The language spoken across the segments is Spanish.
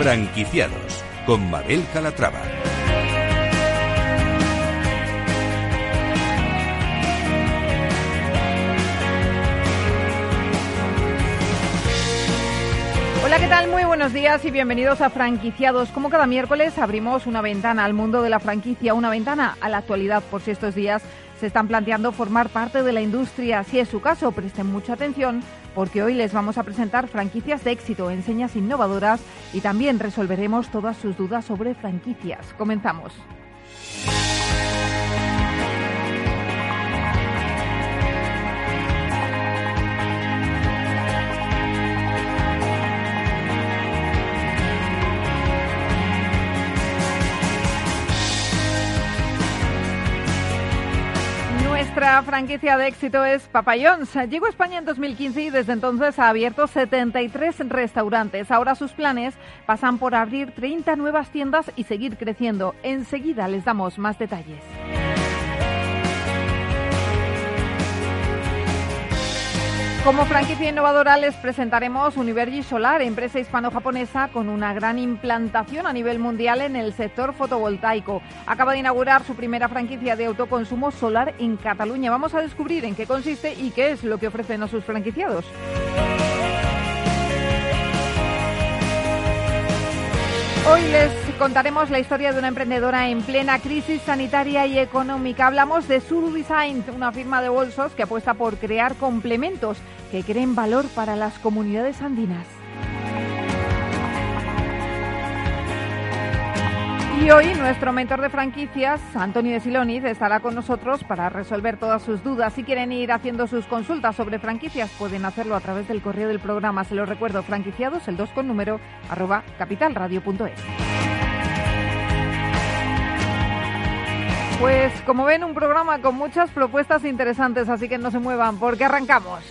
Franquiciados, con Mabel Calatrava. Hola, ¿qué tal? Muy buenos días y bienvenidos a Franquiciados. Como cada miércoles abrimos una ventana al mundo de la franquicia, una ventana a la actualidad por si estos días se están planteando formar parte de la industria. Si es su caso, presten mucha atención porque hoy les vamos a presentar franquicias de éxito, enseñas innovadoras y también resolveremos todas sus dudas sobre franquicias. Comenzamos. Nuestra franquicia de éxito es Papa John's. Llegó a España en 2015 y desde entonces ha abierto 73 restaurantes. Ahora sus planes pasan por abrir 30 nuevas tiendas y seguir creciendo. Enseguida les damos más detalles. Como franquicia innovadora les presentaremos Univergi Solar, empresa hispano-japonesa con una gran implantación a nivel mundial en el sector fotovoltaico. Acaba de inaugurar su primera franquicia de autoconsumo solar en Cataluña. Vamos a descubrir en qué consiste y qué es lo que ofrecen a sus franquiciados. Hoy les contaremos la historia de una emprendedora en plena crisis sanitaria y económica. Hablamos de Suru Design, una firma de bolsos que apuesta por crear complementos que creen valor para las comunidades andinas. Y hoy nuestro mentor de franquicias, Antoni de Siloniz, estará con nosotros para resolver todas sus dudas. Si quieren ir haciendo sus consultas sobre franquicias, pueden hacerlo a través del correo del programa. Se lo recuerdo, franquiciados, el 2 con número, @capitalradio.es. Pues como ven, un programa con muchas propuestas interesantes, así que no se muevan porque arrancamos.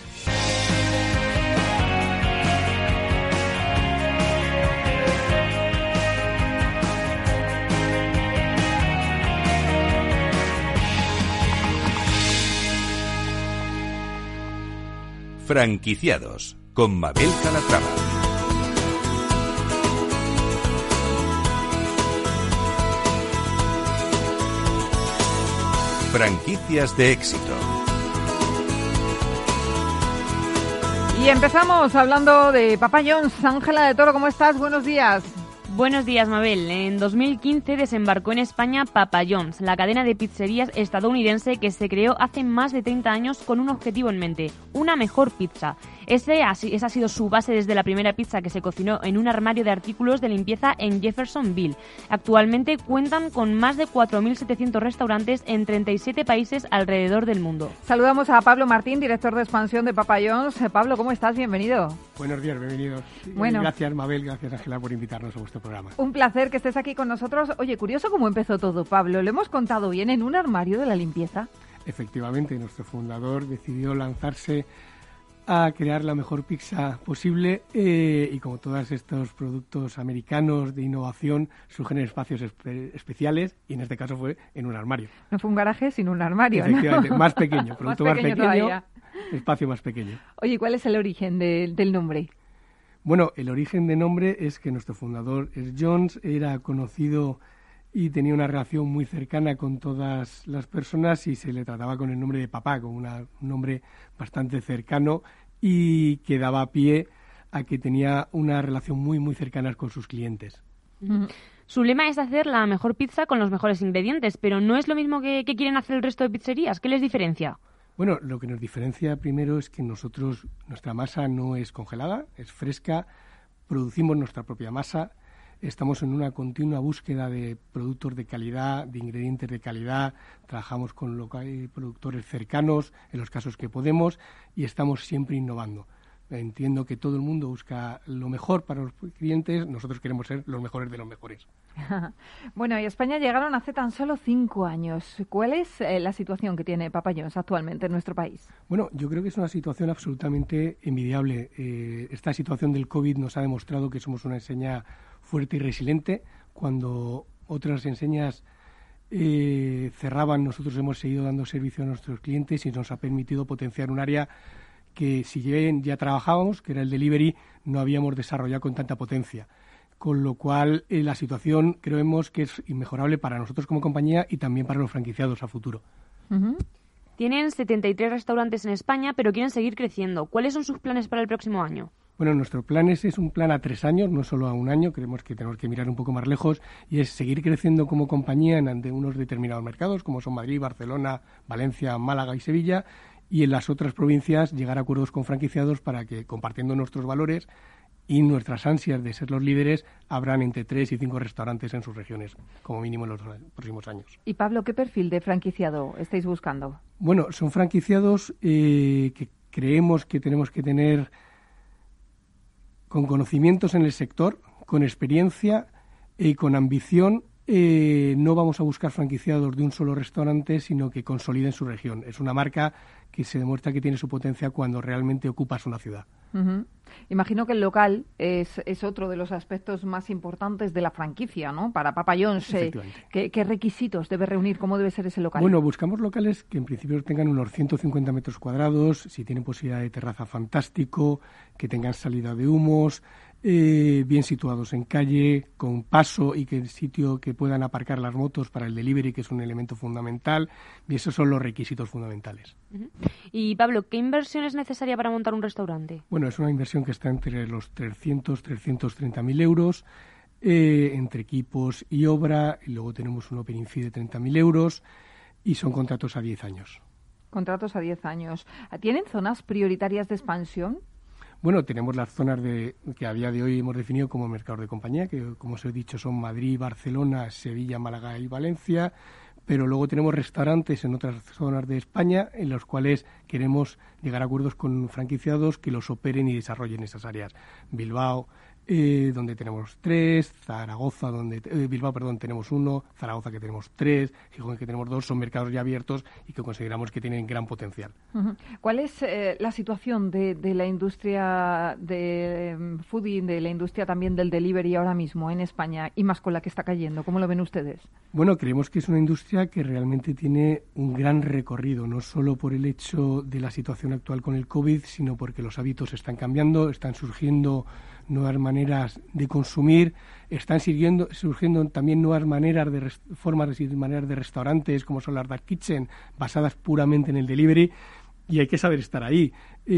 Franquiciados, con Mabel Calatrava. Franquicias de éxito. Y empezamos hablando de Papa John's. Ángela de Toro, ¿cómo estás? Buenos días. Buenos días, Mabel. En 2015 desembarcó en España Papa John's, la cadena de pizzerías estadounidense que se creó hace más de 30 años con un objetivo en mente, una mejor pizza. Esa ha sido su base desde la primera pizza que se cocinó en un armario de artículos de limpieza en Jeffersonville. Actualmente cuentan con más de 4.700 restaurantes en 37 países alrededor del mundo. Saludamos a Pablo Martín, director de expansión de Papa John's. Pablo, ¿cómo estás? Bienvenido. Buenos días, bienvenidos. Bueno. Gracias, Mabel, gracias, Ángela, por invitarnos a vuestro programa. Un placer que estés aquí con nosotros. Oye, curioso cómo empezó todo, Pablo. ¿Lo hemos contado bien en un armario de la limpieza? Efectivamente, nuestro fundador decidió lanzarse a crear la mejor pizza posible y como todos estos productos americanos de innovación surgen en espacios especiales y en este caso fue en un armario. No fue un garaje, sino un armario, efectivamente, ¿no? Más pequeño, producto más pequeño, espacio más pequeño. Oye, ¿cuál es el origen del nombre? Bueno, el origen de nombre es que nuestro fundador es John's, era conocido y tenía una relación muy cercana con todas las personas y se le trataba con el nombre de papá, con un nombre bastante cercano y que daba pie a que tenía una relación muy, muy cercana con sus clientes. Su lema es hacer la mejor pizza con los mejores ingredientes, pero no es lo mismo que quieren hacer el resto de pizzerías. ¿Qué les diferencia? Bueno, lo que nos diferencia primero es que nuestra masa no es congelada, es fresca, producimos nuestra propia masa. Estamos en una continua búsqueda de productos de calidad, de ingredientes de calidad, trabajamos con productores cercanos en los casos que podemos y estamos siempre innovando. Entiendo que todo el mundo busca lo mejor para los clientes, nosotros queremos ser los mejores de los mejores. Bueno, y a España llegaron hace tan solo 5 años. ¿Cuál es la situación que tiene Papa John's actualmente en nuestro país? Bueno, yo creo que es una situación absolutamente envidiable. Esta situación del COVID nos ha demostrado que somos una enseña fuerte y resiliente. Cuando otras enseñas cerraban, nosotros hemos seguido dando servicio a nuestros clientes y nos ha permitido potenciar un área que si bien ya trabajábamos, que era el delivery, no habíamos desarrollado con tanta potencia. con lo cual la situación creemos que es inmejorable para nosotros como compañía y también para los franquiciados a futuro. Uh-huh. Tienen 73 restaurantes en España, pero quieren seguir creciendo. ¿Cuáles son sus planes para el próximo año? Bueno, nuestro plan es un plan a 3 años, no solo a 1 año. Creemos que tenemos que mirar un poco más lejos y es seguir creciendo como compañía en unos determinados mercados, como son Madrid, Barcelona, Valencia, Málaga y Sevilla, y en las otras provincias llegar a acuerdos con franquiciados para que, compartiendo nuestros valores y nuestras ansias de ser los líderes, habrán entre 3 y 5 restaurantes en sus regiones, como mínimo en los próximos años. Y Pablo, ¿qué perfil de franquiciado estáis buscando? Bueno, son franquiciados que creemos que tenemos que tener con conocimientos en el sector, con experiencia y con ambición. No vamos a buscar franquiciados de un solo restaurante, sino que consoliden su región. Es una marca que se demuestra que tiene su potencia cuando realmente ocupas una ciudad. Uh-huh. Imagino que el local es otro de los aspectos más importantes de la franquicia, ¿no? Para Papa John's, ¿qué requisitos debe reunir? ¿Cómo debe ser ese local? Bueno, buscamos locales que en principio tengan unos 150 metros cuadrados, si tienen posibilidad de terraza, fantástico, que tengan salida de humos, bien situados en calle, con paso y que el sitio que puedan aparcar las motos para el delivery, que es un elemento fundamental, y esos son los requisitos fundamentales. Uh-huh. Y Pablo, ¿qué inversión es necesaria para montar un restaurante? Bueno, es una inversión que está entre los 330.000 euros, entre equipos y obra, y luego tenemos un opening fee de 30.000 euros, y son contratos a 10 años. Contratos a 10 años. ¿Tienen zonas prioritarias de expansión? Bueno, tenemos las zonas que a día de hoy hemos definido como mercados de compañía, que como os he dicho son Madrid, Barcelona, Sevilla, Málaga y Valencia, pero luego tenemos restaurantes en otras zonas de España en los cuales queremos llegar a acuerdos con franquiciados que los operen y desarrollen esas áreas. Bilbao, donde tenemos 3, Zaragoza, Bilbao, tenemos 1, Zaragoza que tenemos 3, Gijón que tenemos 2, son mercados ya abiertos y que consideramos que tienen gran potencial. Uh-huh. ¿Cuál es la situación de la industria de fooding, de la industria también del delivery ahora mismo en España y más con la que está cayendo? ¿Cómo lo ven ustedes? Bueno, creemos que es una industria que realmente tiene un gran recorrido, no solo por el hecho de la situación actual con el COVID, sino porque los hábitos están cambiando, están surgiendo nuevas maneras de consumir, están surgiendo también nuevas maneras formas y maneras de restaurantes, como son las dark kitchen, basadas puramente en el delivery, y hay que saber estar ahí.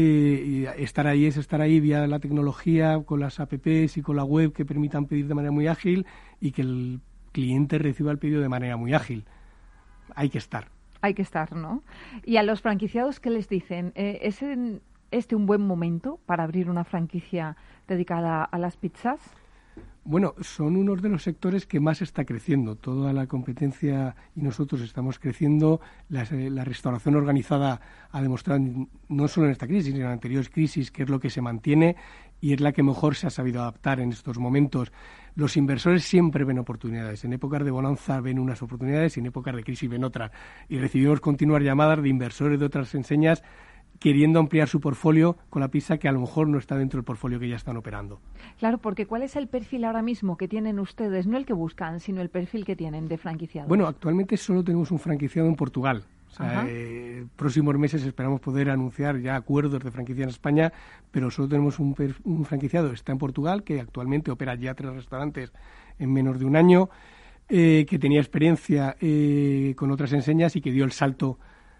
Y estar ahí es estar ahí vía la tecnología, con las apps y con la web que permitan pedir de manera muy ágil y que el cliente reciba el pedido de manera muy ágil. Hay que estar. Hay que estar, ¿no? Y a los franquiciados, ¿qué les dicen? ¿Es un buen momento para abrir una franquicia dedicada a las pizzas? Bueno, son unos de los sectores que más está creciendo. Toda la competencia y nosotros estamos creciendo. La restauración organizada ha demostrado, no solo en esta crisis, sino en anteriores crisis, que es lo que se mantiene y es la que mejor se ha sabido adaptar en estos momentos. Los inversores siempre ven oportunidades. En épocas de bonanza ven unas oportunidades y en épocas de crisis ven otras. Y recibimos continuas llamadas de inversores de otras enseñas queriendo ampliar su portfolio con la pizza que a lo mejor no está dentro del portfolio que ya están operando. Claro, porque ¿cuál es el perfil ahora mismo que tienen ustedes? No el que buscan, sino el perfil que tienen de franquiciados. Bueno, actualmente solo tenemos un franquiciado en Portugal. O sea, próximos meses esperamos poder anunciar ya acuerdos de franquicia en España, pero solo tenemos un franquiciado. Está en Portugal, que actualmente opera ya 3 restaurantes en menos de un año, que tenía experiencia con otras enseñas y que dio el salto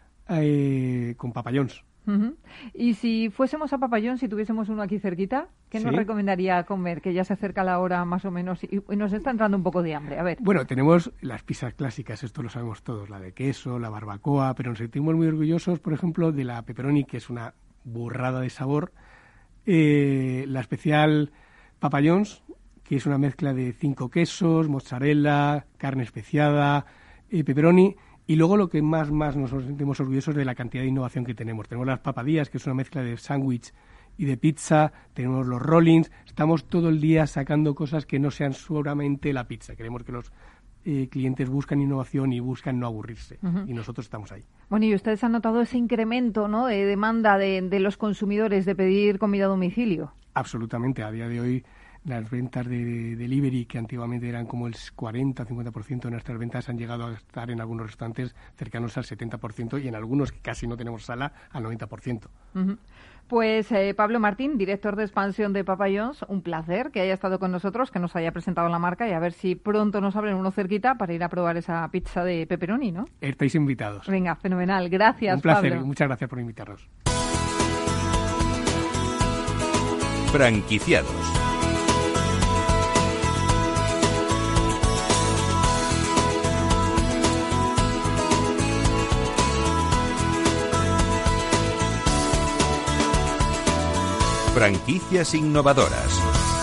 con Papa John's. Uh-huh. Y si fuésemos a Papa John's, si tuviésemos uno aquí cerquita, ¿qué nos recomendaría comer? Que ya se acerca la hora más o menos y nos está entrando un poco de hambre. A ver. Bueno, tenemos las pizzas clásicas, esto lo sabemos todos, la de queso, la barbacoa, pero nos sentimos muy orgullosos, por ejemplo, de la pepperoni, que es una burrada de sabor, la especial Papa John's, que es una mezcla de 5 quesos, mozzarella, carne especiada, pepperoni. Y luego lo que más nos sentimos orgullosos de la cantidad de innovación que tenemos. Tenemos las papadillas, que es una mezcla de sándwich y de pizza. Tenemos los rollings. Estamos todo el día sacando cosas que no sean solamente la pizza. Queremos que los clientes buscan innovación y buscan no aburrirse. Uh-huh. Y nosotros estamos ahí. Bueno, y ustedes han notado ese incremento, ¿no?, de demanda de los consumidores de pedir comida a domicilio. Absolutamente. A día de hoy Las ventas de delivery, que antiguamente eran como el 40-50% de nuestras ventas, han llegado a estar en algunos restaurantes cercanos al 70% y en algunos que casi no tenemos sala al 90%. Uh-huh. Pues Pablo Martín, director de expansión de Papa John's, un placer que haya estado con nosotros, que nos haya presentado la marca y a ver si pronto nos abren uno cerquita para ir a probar esa pizza de pepperoni, ¿no? Estáis invitados. Venga, fenomenal. Gracias, un placer, Pablo. Muchas gracias por invitarnos. Franquiciados. Franquicias innovadoras.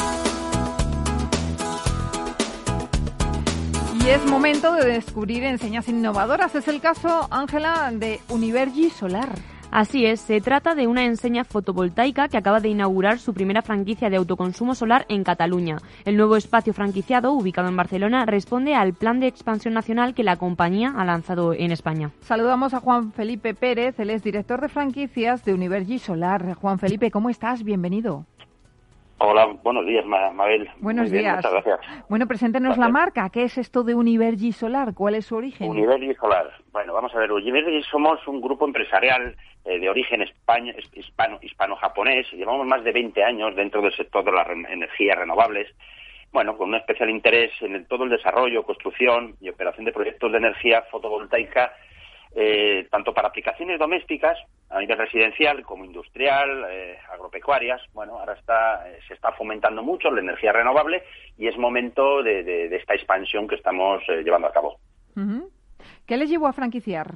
Y es momento de descubrir enseñas innovadoras. Es el caso, Ángela, de Univergi Solar. Así es, se trata de una enseña fotovoltaica que acaba de inaugurar su primera franquicia de autoconsumo solar en Cataluña. El nuevo espacio franquiciado, ubicado en Barcelona, responde al plan de expansión nacional que la compañía ha lanzado en España. Saludamos a Juan Felipe Pérez, él es director de franquicias de Univergi Solar. Juan Felipe, ¿cómo estás? Bienvenido. Hola, buenos días, Mabel. Buenos días. Muchas gracias. Bueno, preséntenos la marca. ¿Qué es esto de Univergi Solar? ¿Cuál es su origen? Univergi Solar. Bueno, vamos a ver. Univergi somos un grupo empresarial de origen hispano-japonés. Llevamos más de 20 años dentro del sector de las energías renovables. Bueno, con un especial interés en todo el desarrollo, construcción y operación de proyectos de energía fotovoltaica, tanto para aplicaciones domésticas a nivel residencial como industrial, agropecuarias. Bueno, ahora se está fomentando mucho la energía renovable y es momento de esta expansión que estamos llevando a cabo. Uh-huh. ¿Qué les llevó a franquiciar?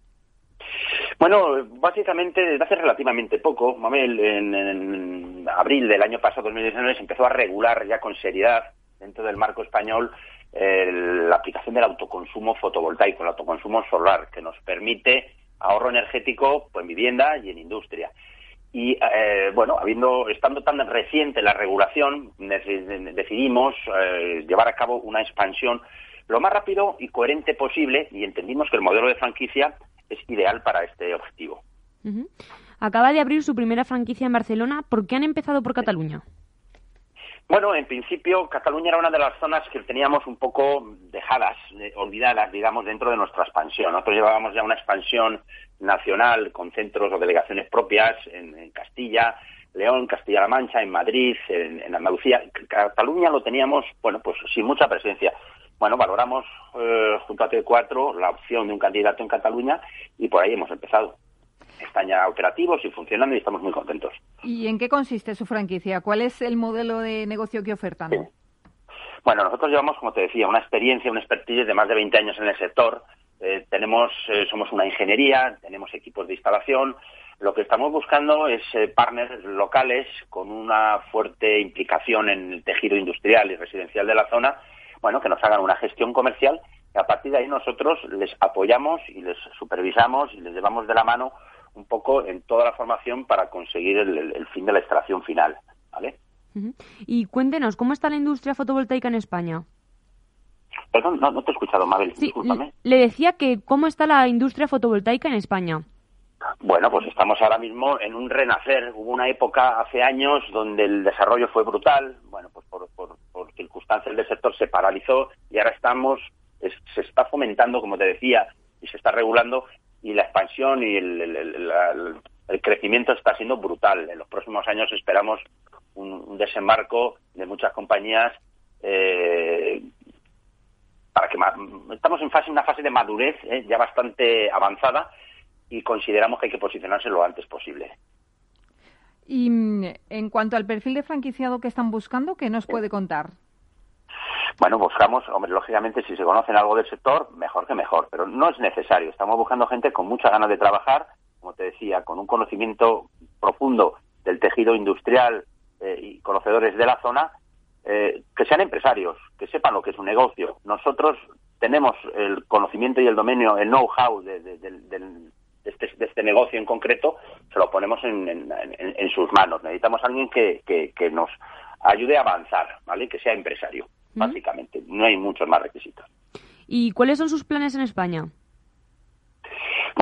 Bueno, básicamente desde hace relativamente poco, Mabel, en abril del año pasado, 2019, se empezó a regular ya con seriedad dentro del marco español la aplicación del autoconsumo fotovoltaico, el autoconsumo solar, que nos permite ahorro energético pues, en vivienda y en industria. Y, estando tan reciente la regulación, decidimos llevar a cabo una expansión lo más rápido y coherente posible y entendimos que el modelo de franquicia es ideal para este objetivo. Uh-huh. Acaba de abrir su primera franquicia en Barcelona. ¿Por qué han empezado por Cataluña? Bueno, en principio, Cataluña era una de las zonas que teníamos un poco dejadas, olvidadas, digamos, dentro de nuestra expansión. Nosotros llevábamos ya una expansión nacional con centros o delegaciones propias en Castilla, León, Castilla-La Mancha, en Madrid, en Andalucía. Cataluña lo teníamos, bueno, pues sin mucha presencia. Bueno, valoramos junto a T4 la opción de un candidato en Cataluña y por ahí hemos empezado. Están ya operativos y funcionando y estamos muy contentos. ¿Y en qué consiste su franquicia? ¿Cuál es el modelo de negocio que ofertan? Sí. Bueno, nosotros llevamos, como te decía, una experiencia, un expertise de más de 20 años en el sector. Somos una ingeniería, tenemos equipos de instalación. Lo que estamos buscando es partners locales con una fuerte implicación en el tejido industrial y residencial de la zona, bueno, que nos hagan una gestión comercial y a partir de ahí nosotros les apoyamos y les supervisamos y les llevamos de la mano un poco en toda la formación para conseguir el fin de la instalación final, ¿vale? Uh-huh. Y cuéntenos, ¿cómo está la industria fotovoltaica en España? Perdón, no te he escuchado, Mabel, sí, discúlpame. Le decía que ¿cómo está la industria fotovoltaica en España? Bueno, pues estamos ahora mismo en un renacer. Hubo una época hace años donde el desarrollo fue brutal, bueno, pues por circunstancias del sector se paralizó y ahora se está fomentando, como te decía, y se está regulando y la expansión y el crecimiento está siendo brutal. En los próximos años esperamos un desembarco de muchas compañías para que estamos en una fase de madurez ya bastante avanzada y consideramos que hay que posicionarse lo antes posible. Y en cuanto al perfil de franquiciado que están buscando, ¿qué nos puede contar? Bueno, buscamos, hombre, lógicamente, si se conocen algo del sector, mejor que mejor, pero no es necesario. Estamos buscando gente con muchas ganas de trabajar, como te decía, con un conocimiento profundo del tejido industrial y conocedores de la zona, que sean empresarios, que sepan lo que es un negocio. Nosotros tenemos el conocimiento y el dominio, el know-how de este negocio en concreto, se lo ponemos en sus manos. Necesitamos a alguien que nos ayude a avanzar, ¿vale? Que sea empresario, básicamente. No hay muchos más requisitos. ¿Y cuáles son sus planes en España? Bueno, pues como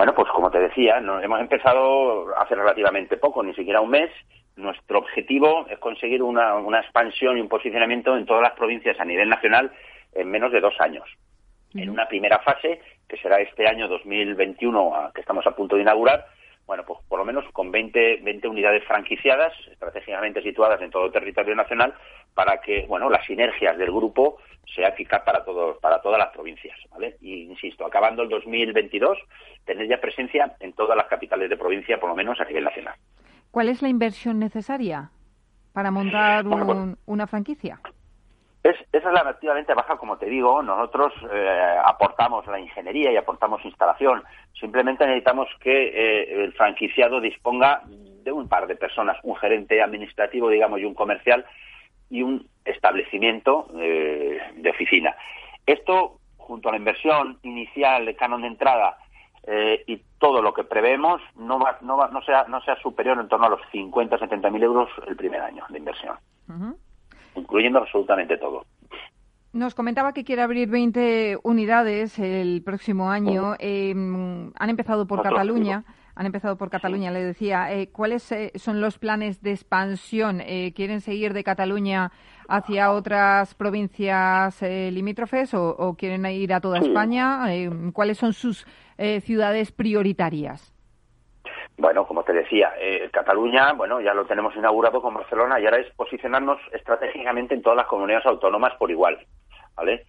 como te decía, hemos empezado hace relativamente poco, ni siquiera un mes. Nuestro objetivo es conseguir una expansión y un posicionamiento en todas las provincias a nivel nacional en menos de 2 años. En una primera fase, que será este año 2021, que estamos a punto de inaugurar, bueno, pues por lo menos con 20 unidades franquiciadas, estratégicamente situadas en todo el territorio nacional, para que, bueno, las sinergias del grupo sea eficaz para todas las provincias, ¿vale? Y insisto, acabando el 2022, tener ya presencia en todas las capitales de provincia, por lo menos a nivel nacional. ¿Cuál es la inversión necesaria para montar una franquicia? Esa es la relativamente baja, como te digo. Nosotros aportamos la ingeniería y aportamos instalación. Simplemente necesitamos que el franquiciado disponga de un par de personas, un gerente administrativo, digamos, y un comercial, y un establecimiento de oficina. Esto, junto a la inversión inicial de canon de entrada y todo lo que preveemos, no sea superior en torno a los 50.000-70.000 euros el primer año de inversión. Uh-huh. Incluyendo absolutamente todo. Nos comentaba que quiere abrir 20 unidades el próximo año. Han empezado por Cataluña. Le decía. ¿Cuáles son los planes de expansión? ¿Quieren seguir de Cataluña hacia otras provincias limítrofes o quieren ir a toda España? ¿Cuáles son sus ciudades prioritarias? Bueno, como te decía, Cataluña, bueno, ya lo tenemos inaugurado con Barcelona y ahora es posicionarnos estratégicamente en todas las comunidades autónomas por igual, ¿vale?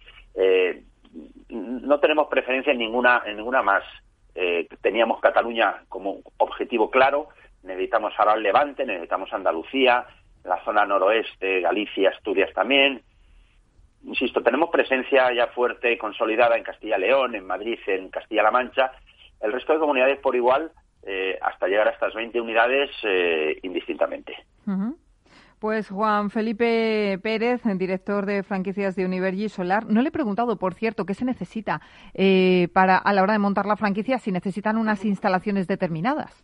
No tenemos preferencia en ninguna más. Teníamos Cataluña como objetivo claro, necesitamos ahora el Levante, necesitamos Andalucía, la zona noroeste, Galicia, Asturias también. Insisto, tenemos presencia ya fuerte y consolidada en Castilla y León, en Madrid, en Castilla-La Mancha. El resto de comunidades por igual, hasta llegar a estas 20 unidades indistintamente. Uh-huh. Pues Juan Felipe Pérez, director de franquicias de Univergi Solar. No le he preguntado, por cierto, qué se necesita a la hora de montar la franquicia, si necesitan unas instalaciones determinadas.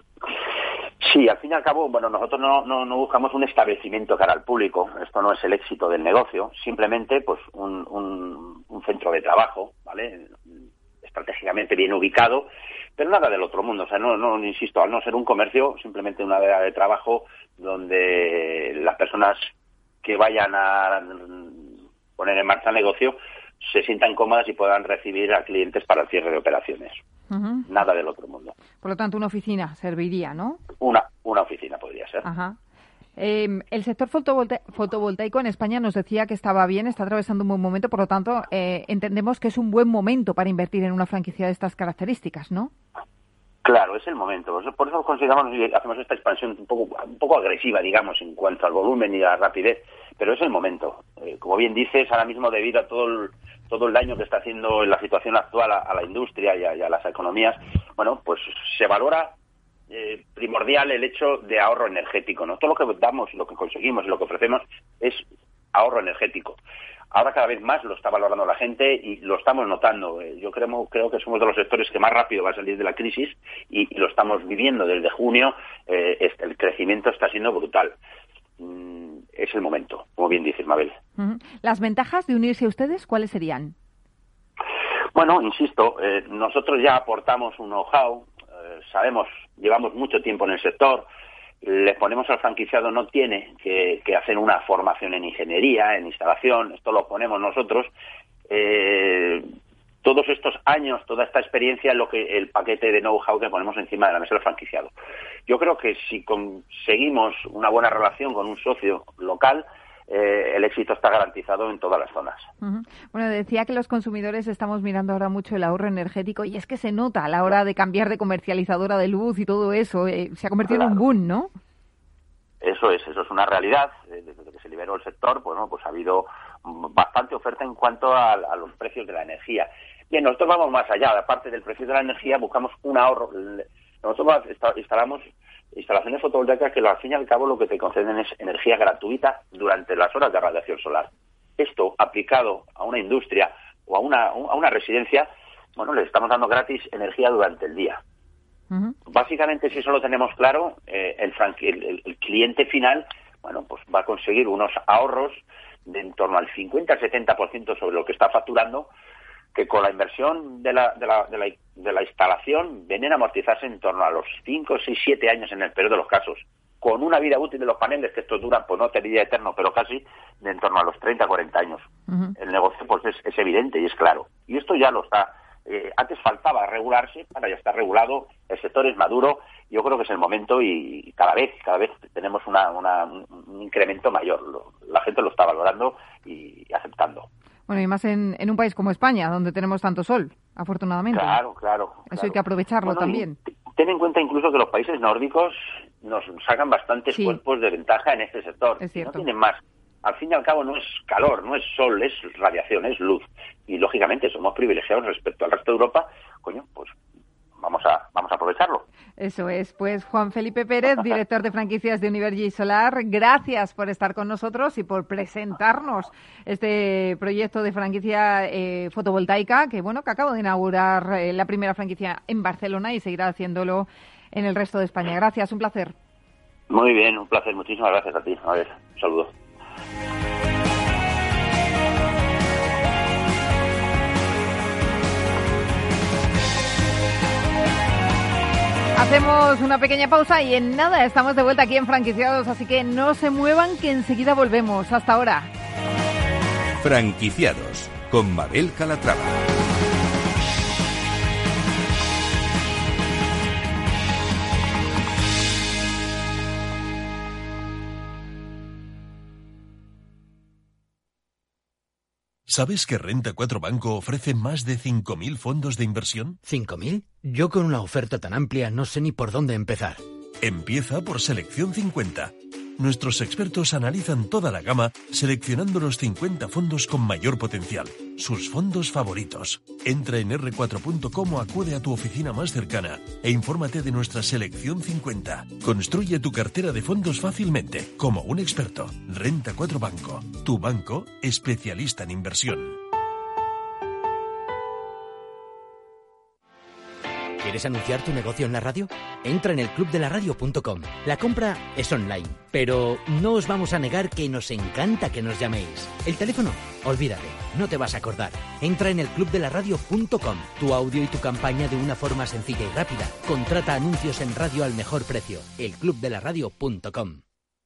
Sí, al fin y al cabo, bueno, nosotros no buscamos un establecimiento cara al público. Esto no es el éxito del negocio. Simplemente, pues, un centro de trabajo, ¿vale? Estratégicamente bien ubicado, pero nada del otro mundo. O sea, no insisto, al no ser un comercio, simplemente una área de trabajo donde las personas que vayan a poner en marcha el negocio se sientan cómodas y puedan recibir a clientes para el cierre de operaciones. Uh-huh. Nada del otro mundo. Por lo tanto, una oficina serviría, ¿no? Una oficina podría ser. Ajá. El sector fotovoltaico en España nos decía que estaba bien, está atravesando un buen momento, por lo tanto, entendemos que es un buen momento para invertir en una franquicia de estas características, ¿no? Claro, es el momento. Por eso consideramos y hacemos esta expansión un poco agresiva, digamos, en cuanto al volumen y a la rapidez, pero es el momento. Como bien dices, ahora mismo debido a todo el daño que está haciendo en la situación actual a la industria y a las economías, bueno, pues se valora primordial el hecho de ahorro energético, ¿no? Todo lo que damos, lo que conseguimos y lo que ofrecemos es ahorro energético. Ahora cada vez más lo está valorando la gente y lo estamos notando. Yo creo que somos de los sectores que más rápido va a salir de la crisis y lo estamos viviendo desde junio. El crecimiento está siendo brutal. Es el momento, como bien dices, Mabel. Uh-huh. ¿Las ventajas de unirse a ustedes cuáles serían? Bueno, insisto, nosotros ya aportamos un know-how, llevamos mucho tiempo en el sector. Les ponemos al franquiciado, no tiene que hacer una formación en ingeniería, en instalación, esto lo ponemos nosotros. Todos estos años, toda esta experiencia es el paquete de know-how que ponemos encima de la mesa del franquiciado. Yo creo que si conseguimos una buena relación con un socio local, el éxito está garantizado en todas las zonas. Uh-huh. Bueno, decía que los consumidores estamos mirando ahora mucho el ahorro energético y es que se nota a la hora de cambiar de comercializadora de luz y todo eso. Se ha convertido en un boom, ¿no? Eso es una realidad. Desde que se liberó el sector, pues ha habido bastante oferta en cuanto a los precios de la energía. Bien, nosotros vamos más allá. Aparte del precio de la energía, buscamos un ahorro. Nosotros instalamos instalaciones fotovoltaicas que al fin y al cabo lo que te conceden es energía gratuita durante las horas de radiación solar. Esto aplicado a una industria o a una residencia, bueno, le estamos dando gratis energía durante el día. Uh-huh. Básicamente, si eso lo tenemos claro, el cliente final, bueno, pues va a conseguir unos ahorros de en torno al 50 al 70% sobre lo que está facturando, que con la inversión de la instalación vienen a amortizarse en torno a los 5, 6, 7 años en el peor de los casos, con una vida útil de los paneles, que estos duran, pues no te diría eterno, pero casi de en torno a los 30, 40 años. Uh-huh. El negocio pues es evidente y es claro. Y esto ya lo está. Antes faltaba regularse, ahora ya está regulado, el sector es maduro, yo creo que es el momento y cada vez tenemos un incremento mayor. La gente lo está valorando y aceptando. Bueno, y más en un país como España, donde tenemos tanto sol, afortunadamente. Claro. Eso hay que aprovecharlo también. Ten en cuenta incluso que los países nórdicos nos sacan bastantes cuerpos de ventaja en este sector. Es cierto. No tienen más. Al fin y al cabo no es calor, no es sol, es radiación, es luz. Y lógicamente somos privilegiados respecto al resto de Europa. Pues vamos a aprovecharlo. Eso es. Pues Juan Felipe Pérez, director de franquicias de Univergy Solar, gracias por estar con nosotros y por presentarnos este proyecto de franquicia fotovoltaica que acabo de inaugurar la primera franquicia en Barcelona y seguirá haciéndolo en el resto de España. Gracias, un placer. Muy bien, un placer. Muchísimas gracias a ti. A ver, un saludo. Hacemos una pequeña pausa y en nada estamos de vuelta aquí en Franquiciados, así que no se muevan que enseguida volvemos. Hasta ahora. Franquiciados con Mabel Calatrava. ¿Sabes que Renta 4 Banco ofrece más de 5.000 fondos de inversión? ¿5.000? Yo con una oferta tan amplia no sé ni por dónde empezar. Empieza por Selección 50. Nuestros expertos analizan toda la gama, seleccionando los 50 fondos con mayor potencial, sus fondos favoritos. Entra en r4.com o acude a tu oficina más cercana e infórmate de nuestra Selección 50. Construye tu cartera de fondos fácilmente, como un experto. Renta 4 Banco, tu banco especialista en inversión. ¿Quieres anunciar tu negocio en la radio? Entra en elclubdelaradio.com. La compra es online, pero no os vamos a negar que nos encanta que nos llaméis. El teléfono, olvídate, no te vas a acordar. Entra en elclubdelaradio.com. Tu audio y tu campaña de una forma sencilla y rápida. Contrata anuncios en radio al mejor precio. elclubdelaradio.com.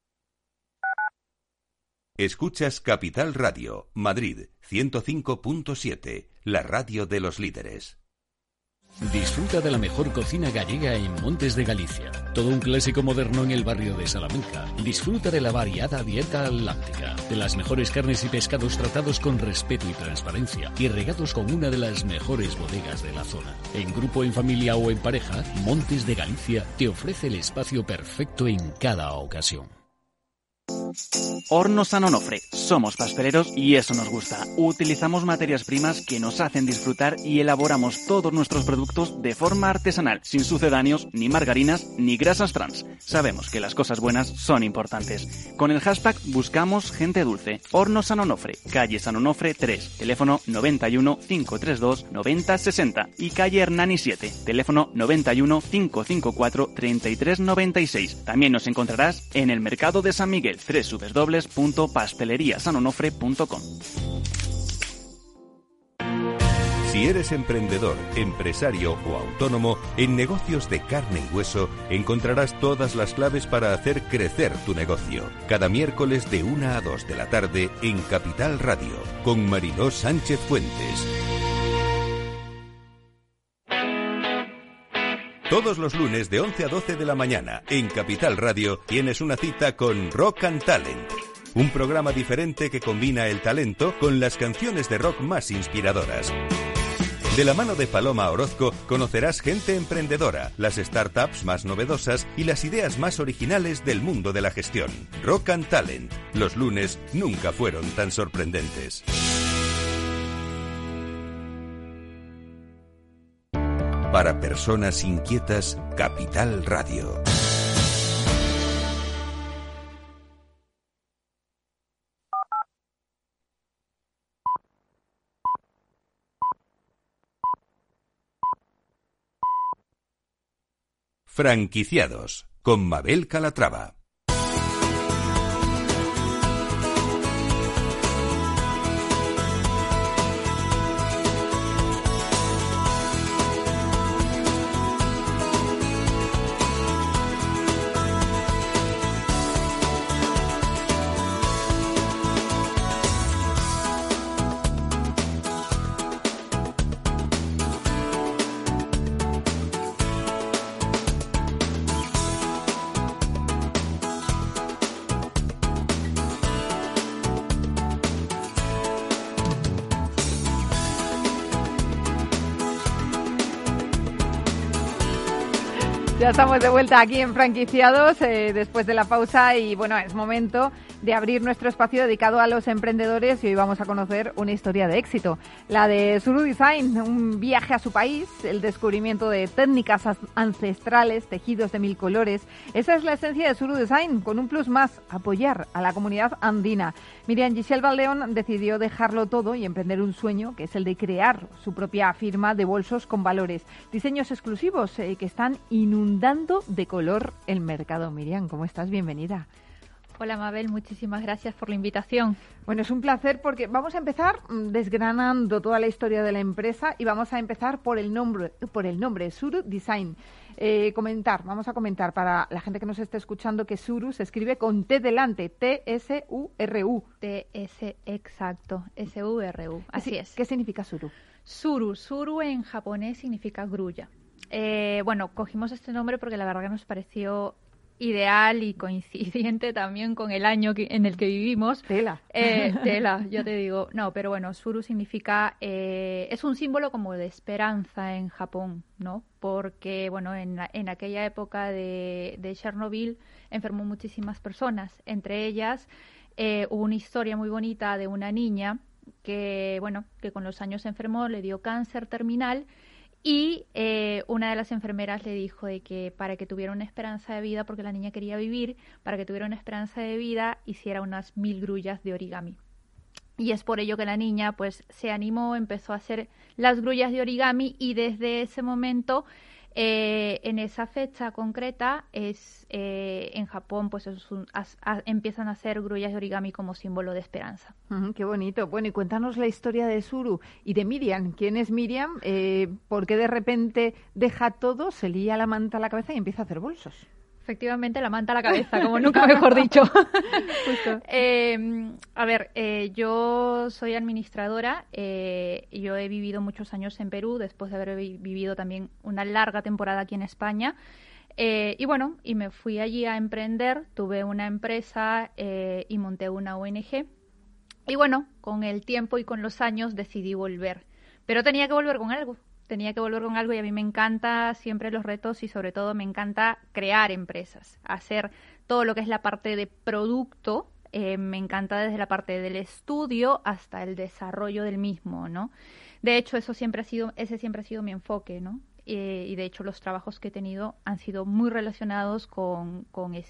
Escuchas Capital Radio, Madrid, 105.7, la radio de los líderes. Disfruta de la mejor cocina gallega en Montes de Galicia. Todo un clásico moderno en el barrio de Salamanca. Disfruta de la variada dieta atlántica, de las mejores carnes y pescados tratados con respeto y transparencia y regados con una de las mejores bodegas de la zona. En grupo, en familia o en pareja, Montes de Galicia te ofrece el espacio perfecto en cada ocasión. Hornos San Onofre. Somos pasteleros y eso nos gusta. Utilizamos materias primas que nos hacen disfrutar y elaboramos todos nuestros productos de forma artesanal, sin sucedáneos, ni margarinas, ni grasas trans. Sabemos que las cosas buenas son importantes. Con el hashtag buscamos gente dulce. Hornos San Onofre, calle San Onofre 3, teléfono 91 532 9060 y calle Hernani 7, teléfono 91 554 3396. También nos encontrarás en el Mercado de San Miguel, www.pasteleriasanonofre.com. Si eres emprendedor, empresario o autónomo, en Negocios de Carne y Hueso encontrarás todas las claves para hacer crecer tu negocio. Cada miércoles de 1 a 2 de la tarde en Capital Radio, con Mariló Sánchez Fuentes. Todos los lunes de 11 a 12 de la mañana en Capital Radio tienes una cita con Rock and Talent, un programa diferente que combina el talento con las canciones de rock más inspiradoras. De la mano de Paloma Orozco conocerás gente emprendedora, las startups más novedosas y las ideas más originales del mundo de la gestión. Rock and Talent. Los lunes nunca fueron tan sorprendentes. Para personas inquietas, Capital Radio. Franquiciados, con Mabel Calatrava. Ya estamos de vuelta aquí en Franquiciados después de la pausa y bueno, es momento de abrir nuestro espacio dedicado a los emprendedores y hoy vamos a conocer una historia de éxito, la de Suru Design, un viaje a su país, el descubrimiento de técnicas ancestrales, tejidos de 1000 colores. Esa es la esencia de Suru Design, con un plus más, apoyar a la comunidad andina. Miriam Giselle Valdeón decidió dejarlo todo y emprender un sueño que es el de crear su propia firma de bolsos con valores, diseños exclusivos que están inundando de color el mercado. Miriam, ¿cómo estás? Bienvenida. Hola Mabel, muchísimas gracias por la invitación. Bueno, es un placer porque vamos a empezar desgranando toda la historia de la empresa y vamos a empezar por el nombre Suru Design. Vamos a comentar para la gente que nos esté escuchando que Suru se escribe con T delante, T-S-U-R-U. T-S, exacto, S-U-R-U, así es. ¿Qué significa Suru? Suru en japonés significa grulla. Bueno, cogimos este nombre porque la verdad que nos pareció ideal y coincidente también con el año en el que vivimos. Tela. Tela, yo te digo. No, pero bueno, Suru significa, es un símbolo como de esperanza en Japón, ¿no? Porque, bueno, en aquella época de Chernobyl enfermó muchísimas personas. Entre ellas hubo una historia muy bonita de una niña que, bueno, que con los años se enfermó, le dio cáncer terminal. Y una de las enfermeras le dijo de que para que tuviera una esperanza de vida, porque la niña quería vivir, para que tuviera una esperanza de vida, hiciera unas 1000 grullas de origami. Y es por ello que la niña pues se animó, empezó a hacer las grullas de origami y desde ese momento, en esa fecha concreta, en Japón pues empiezan a hacer grullas de origami como símbolo de esperanza. Qué bonito. Bueno, y cuéntanos la historia de Suru y de Miriam. ¿Quién es Miriam? ¿Por qué de repente deja todo, se lía la manta a la cabeza y empieza a hacer bolsos? Efectivamente, la manta a la cabeza, como nunca mejor dicho. Justo. A ver, yo soy administradora, yo he vivido muchos años en Perú, después de haber vivido también una larga temporada aquí en España. Y bueno, y me fui allí a emprender, tuve una empresa y monté una ONG. Y bueno, con el tiempo y con los años decidí volver. Pero tenía que volver con algo. Y a mí me encanta siempre los retos y sobre todo me encanta crear empresas, hacer todo lo que es la parte de producto, me encanta desde la parte del estudio hasta el desarrollo del mismo, ¿no? De hecho, ese siempre ha sido mi enfoque, ¿no? Y de hecho los trabajos que he tenido han sido muy relacionados con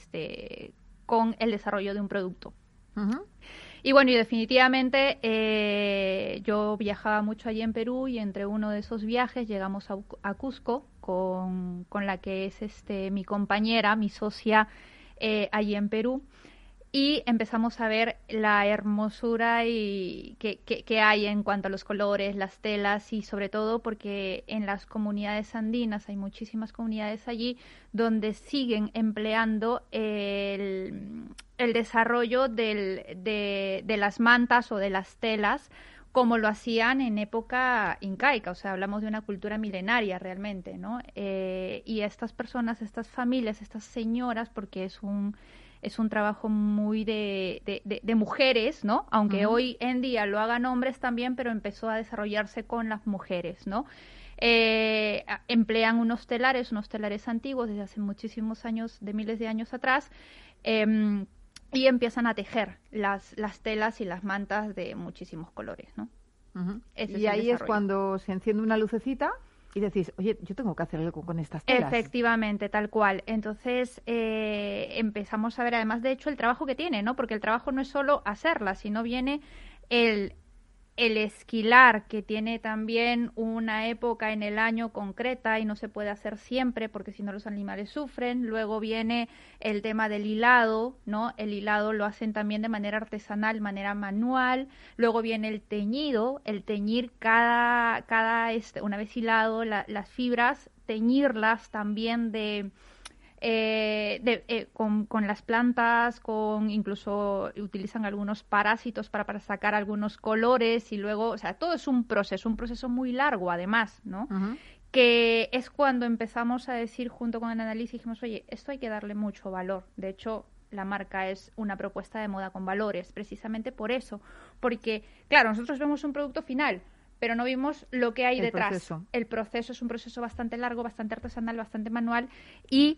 el desarrollo de un producto. Uh-huh. Y bueno, y definitivamente yo viajaba mucho allí en Perú y entre uno de esos viajes llegamos a Cusco con la que es mi compañera, mi socia allí en Perú y empezamos a ver la hermosura que hay en cuanto a los colores, las telas y sobre todo porque en las comunidades andinas hay muchísimas comunidades allí donde siguen empleando el desarrollo de las mantas o de las telas como lo hacían en época incaica, o sea, hablamos de una cultura milenaria realmente, ¿no? Y estas personas, estas familias, estas señoras, porque es un trabajo muy de mujeres, ¿no? Aunque uh-huh. Hoy en día lo hagan hombres también, pero empezó a desarrollarse con las mujeres, ¿no? Emplean unos telares antiguos desde hace muchísimos años, de miles de años atrás, y empiezan a tejer las telas y las mantas de muchísimos colores, ¿no? Uh-huh. Y ahí es cuando se enciende una lucecita y decís, oye, yo tengo que hacer algo con estas telas. Efectivamente, tal cual. Entonces empezamos a ver, además, de hecho, el trabajo que tiene, ¿no? Porque el trabajo no es solo hacerlas, sino viene el esquilar, que tiene también una época en el año concreta y no se puede hacer siempre porque si no los animales sufren. Luego viene el tema del hilado, ¿no? El hilado lo hacen también de manera artesanal, manera manual. Luego viene el teñido, el teñir una vez hilado las fibras, teñirlas también con las plantas, incluso utilizan algunos parásitos para sacar algunos colores y luego, o sea, todo es un proceso muy largo además, ¿no? Uh-huh. Que es cuando empezamos a decir junto con el análisis, dijimos, oye, esto hay que darle mucho valor. De hecho, la marca es una propuesta de moda con valores, precisamente por eso, porque, claro, nosotros vemos un producto final, pero no vimos lo que hay detrás. Proceso. El proceso es un proceso bastante largo, bastante artesanal, bastante manual y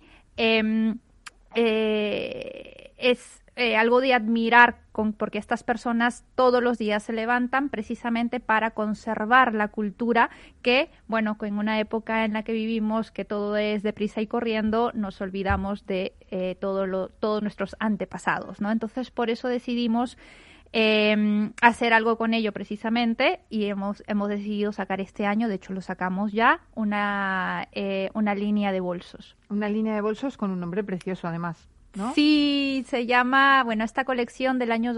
es algo de admirar porque estas personas todos los días se levantan precisamente para conservar la cultura que, bueno, en una época en la que vivimos, que todo es deprisa y corriendo, nos olvidamos de todos nuestros antepasados, ¿no? Entonces, por eso decidimos hacer algo con ello precisamente y hemos decidido sacar este año, de hecho lo sacamos ya, una línea de bolsos. Una línea de bolsos con un nombre precioso además, ¿no? Sí, se llama, bueno, esta colección del año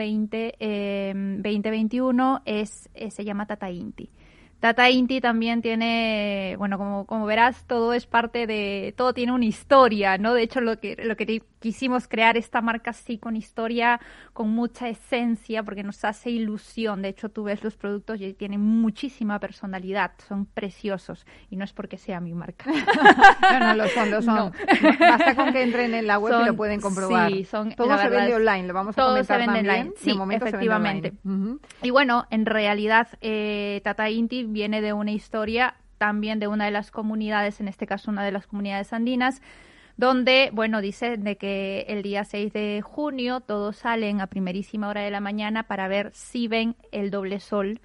2021 se llama Tata Inti. Tata Inti también tiene, bueno, como verás, todo tiene una historia, ¿no? De hecho, lo que quisimos crear esta marca sí con historia, con mucha esencia, porque nos hace ilusión. De hecho, tú ves los productos y tienen muchísima personalidad, son preciosos. Y no es porque sea mi marca. No, lo son. No. Basta con que entren en la web y lo pueden comprobar. Sí, todo se vende online, lo vamos a comentar también. Online. Sí, efectivamente. Y bueno, en realidad, Tata Inti viene de una historia también de una de las comunidades, en este caso una de las comunidades andinas, donde, bueno, dice de que el día 6 de junio todos salen a primerísima hora de la mañana para ver si ven el doble sol,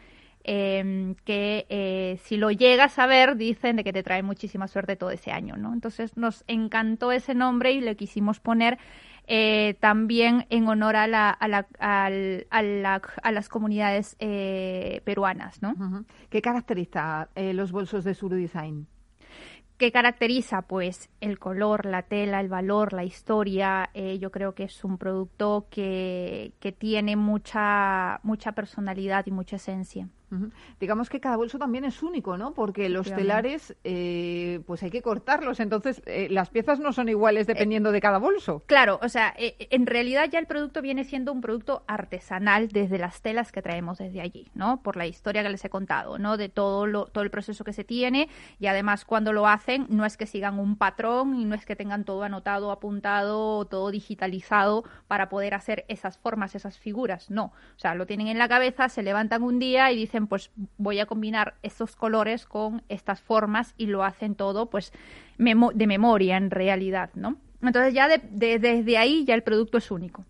que si lo llegas a ver, dicen de que te trae muchísima suerte todo ese año, ¿no? Entonces nos encantó ese nombre y le quisimos poner también en honor a las comunidades peruanas, ¿no? Uh-huh. ¿Qué caracteriza los bolsos de Suru Design? ¿Qué caracteriza? Pues el color, la tela, el valor, la historia. Yo creo que es un producto que tiene mucha personalidad y mucha esencia. Uh-huh. Digamos que cada bolso también es único, ¿no? Porque los telares, pues hay que cortarlos, entonces las piezas no son iguales dependiendo de cada bolso. Claro, o sea, en realidad ya el producto viene siendo un producto artesanal desde las telas que traemos desde allí, ¿no? Por la historia que les he contado, ¿no? De todo el proceso que se tiene y además cuando lo hacen no es que sigan un patrón y no es que tengan todo anotado, apuntado, todo digitalizado para poder hacer esas formas, esas figuras, no. O sea, lo tienen en la cabeza, se levantan un día y dicen, pues voy a combinar estos colores con estas formas y lo hacen todo pues de memoria en realidad, ¿no? Entonces ya desde ahí ya el producto es único.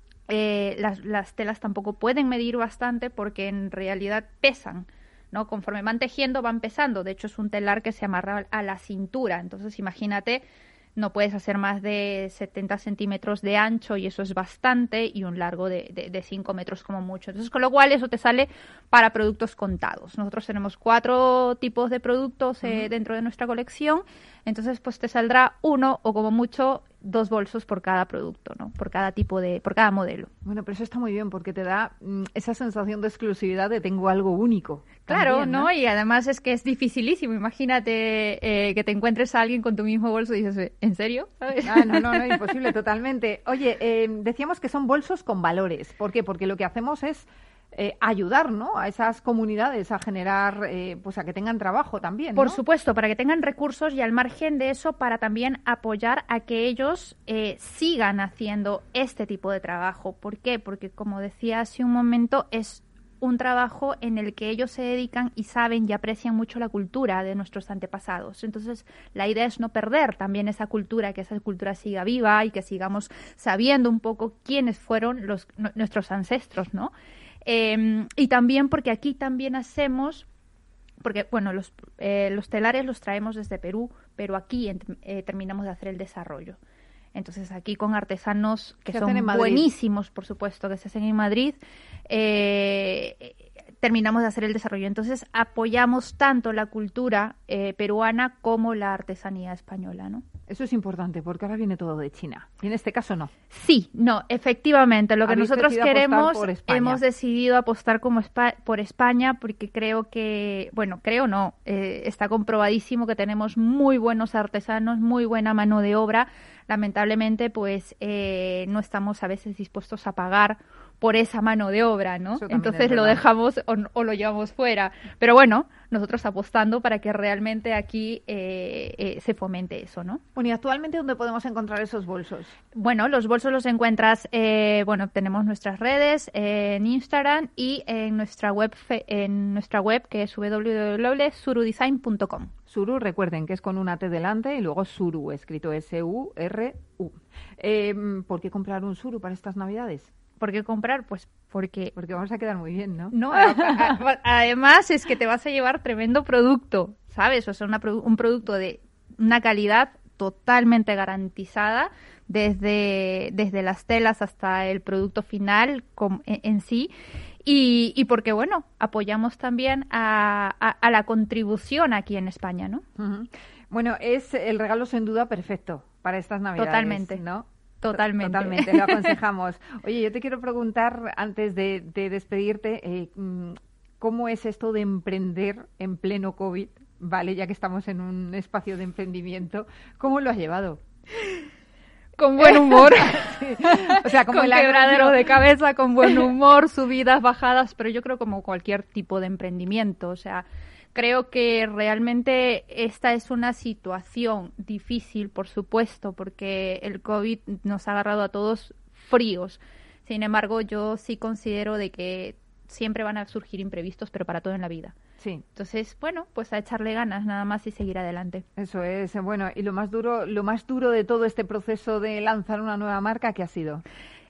Las telas tampoco pueden medir bastante porque en realidad pesan, ¿no? Conforme van tejiendo van pesando, de hecho es un telar que se amarra a la cintura, entonces imagínate, no puedes hacer más de 70 centímetros de ancho y eso es bastante y un largo de 5 metros como mucho. Entonces, con lo cual eso te sale para productos contados. Nosotros tenemos 4 tipos de productos dentro de nuestra colección, entonces pues te saldrá 1 o como mucho 2 bolsos por cada producto, ¿no? Por cada modelo. Bueno, pero eso está muy bien porque te da esa sensación de exclusividad de tengo algo único. Claro, también, ¿no? Y además es que es dificilísimo. Imagínate que te encuentres a alguien con tu mismo bolso y dices, ¿en serio? ¿Sabes? No, imposible, totalmente. Oye, decíamos que son bolsos con valores. ¿Por qué? Porque lo que hacemos es ayudar, ¿no? A esas comunidades a generar, pues a que tengan trabajo también, ¿no? Por supuesto, para que tengan recursos y al margen de eso, para también apoyar a que ellos sigan haciendo este tipo de trabajo. ¿Por qué? Porque, como decía hace un momento, es un trabajo en el que ellos se dedican y saben y aprecian mucho la cultura de nuestros antepasados. Entonces, la idea es no perder también esa cultura, que esa cultura siga viva y que sigamos sabiendo un poco quiénes fueron nuestros ancestros, ¿no? Y también porque aquí también hacemos, porque bueno, los telares los traemos desde Perú, pero aquí terminamos de hacer el desarrollo. Entonces aquí con artesanos que son buenísimos, por supuesto, que se hacen en Madrid, terminamos de hacer el desarrollo. Entonces apoyamos tanto la cultura peruana como la artesanía española, ¿no? Eso es importante porque ahora viene todo de China. Y en este caso no. Sí, no, efectivamente. Lo que nosotros queremos, hemos decidido apostar por España porque creo que, está comprobadísimo que tenemos muy buenos artesanos, muy buena mano de obra. Lamentablemente, pues no estamos a veces dispuestos a pagar por esa mano de obra, ¿no? Entonces lo dejamos o lo llevamos fuera. Pero bueno, nosotros apostando para que realmente aquí se fomente eso, ¿no? Bueno, ¿y actualmente dónde podemos encontrar esos bolsos? Bueno, los bolsos los encuentras, tenemos nuestras redes en Instagram y en nuestra web que es www.surudesign.com. Suru, recuerden que es con una T delante y luego Suru, escrito S-U-R-U. ¿Por qué comprar un Suru para estas Navidades? ¿Por qué comprar? Pues porque vamos a quedar muy bien, ¿no? No, además es que te vas a llevar tremendo producto, ¿sabes? O sea, un producto de una calidad totalmente garantizada desde las telas hasta el producto final en sí. Y porque, bueno, apoyamos también a la contribución aquí en España, ¿no? Uh-huh. Bueno, es el regalo sin duda perfecto para estas Navidades, totalmente, ¿no? Totalmente, lo aconsejamos. Oye, yo te quiero preguntar, antes de despedirte, ¿cómo es esto de emprender en pleno COVID? Vale, ya que estamos en un espacio de emprendimiento, ¿cómo lo has llevado? Con buen humor. Sí. O sea, como con el quebradero de cabeza, con buen humor, subidas, bajadas, pero yo creo como cualquier tipo de emprendimiento, o sea, creo que realmente esta es una situación difícil, por supuesto, porque el COVID nos ha agarrado a todos fríos. Sin embargo, yo sí considero de que siempre van a surgir imprevistos, pero para todo en la vida. Sí. Entonces, bueno, pues a echarle ganas nada más y seguir adelante. Eso es. Bueno, y lo más duro de todo este proceso de lanzar una nueva marca, ¿qué ha sido?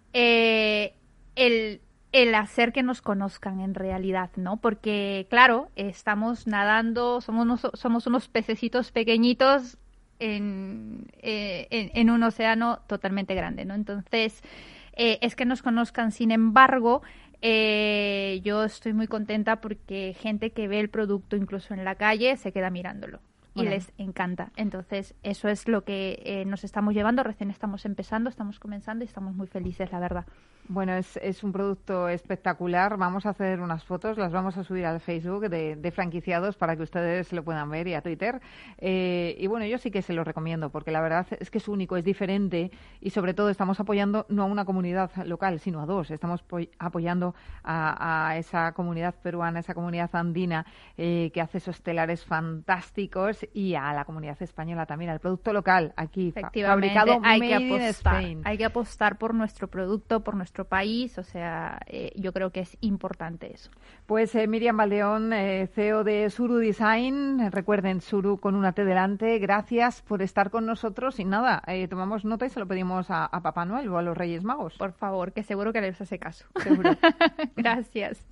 El hacer que nos conozcan en realidad, ¿no? Porque, claro, estamos nadando, somos unos pececitos pequeñitos en un océano totalmente grande, ¿no? Entonces, es que nos conozcan. Sin embargo, yo estoy muy contenta porque gente que ve el producto incluso en la calle se queda mirándolo. Y les encanta. Entonces, eso es lo que nos estamos llevando. Recién estamos empezando, estamos comenzando y estamos muy felices, la verdad. Bueno, es un producto espectacular. Vamos a hacer unas fotos, las vamos a subir al Facebook de franquiciados para que ustedes lo puedan ver y a Twitter. Y bueno, yo sí que se lo recomiendo porque la verdad es que es único, es diferente y sobre todo estamos apoyando no a una comunidad local, sino a dos. Estamos apoyando a esa comunidad peruana, esa comunidad andina que hace esos telares fantásticos y a la comunidad española también, al producto local aquí fabricado made in Spain. Hay que apostar por nuestro producto, por nuestro país, o sea, yo creo que es importante eso. Pues Miriam Valdeón, CEO de Suru Design, recuerden, Suru con una T delante, gracias por estar con nosotros y nada, tomamos nota y se lo pedimos a Papá Noel o a los Reyes Magos. Por favor, que seguro que les hace caso. Seguro. Gracias.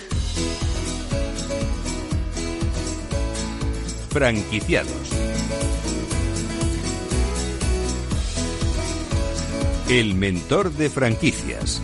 Franquiciados. El mentor de franquicias.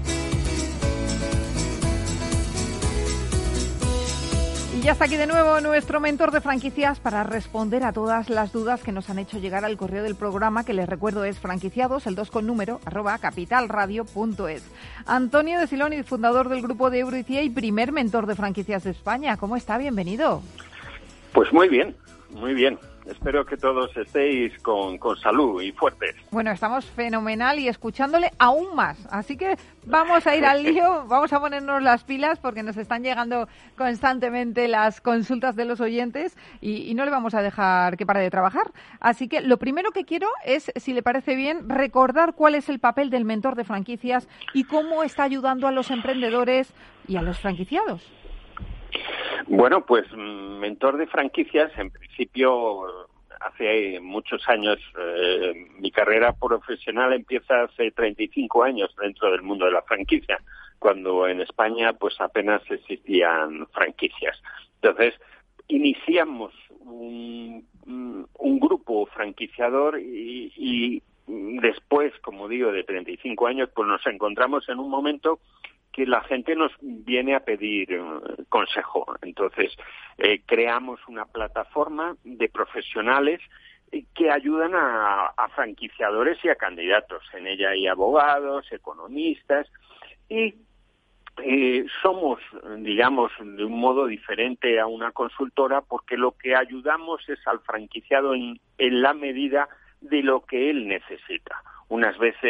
Y ya está aquí de nuevo nuestro mentor de franquicias para responder a todas las dudas que nos han hecho llegar al correo del programa, que les recuerdo es franquiciados, el 2 con número, @capitalradio.es. Antonio de Siloni, fundador del grupo de EuroICIA y primer mentor de franquicias de España. ¿Cómo está? Bienvenido. Pues muy bien, muy bien. Espero que todos estéis con salud y fuertes. Bueno, estamos fenomenal y escuchándole aún más. Así que vamos a ir al lío, vamos a ponernos las pilas porque nos están llegando constantemente las consultas de los oyentes y no le vamos a dejar que pare de trabajar. Así que lo primero que quiero es, si le parece bien, recordar cuál es el papel del mentor de franquicias y cómo está ayudando a los emprendedores y a los franquiciados. Bueno, pues mentor de franquicias, en principio, hace muchos años, mi carrera profesional empieza hace 35 años dentro del mundo de la franquicia, cuando en España pues apenas existían franquicias. Entonces, iniciamos un grupo franquiciador y después, como digo, de 35 años, pues nos encontramos en un momento que la gente nos viene a pedir consejo. Entonces, creamos una plataforma de profesionales que ayudan a franquiciadores y a candidatos. En ella hay abogados, economistas y somos, digamos, de un modo diferente a una consultora porque lo que ayudamos es al franquiciado en la medida de lo que él necesita. Unas veces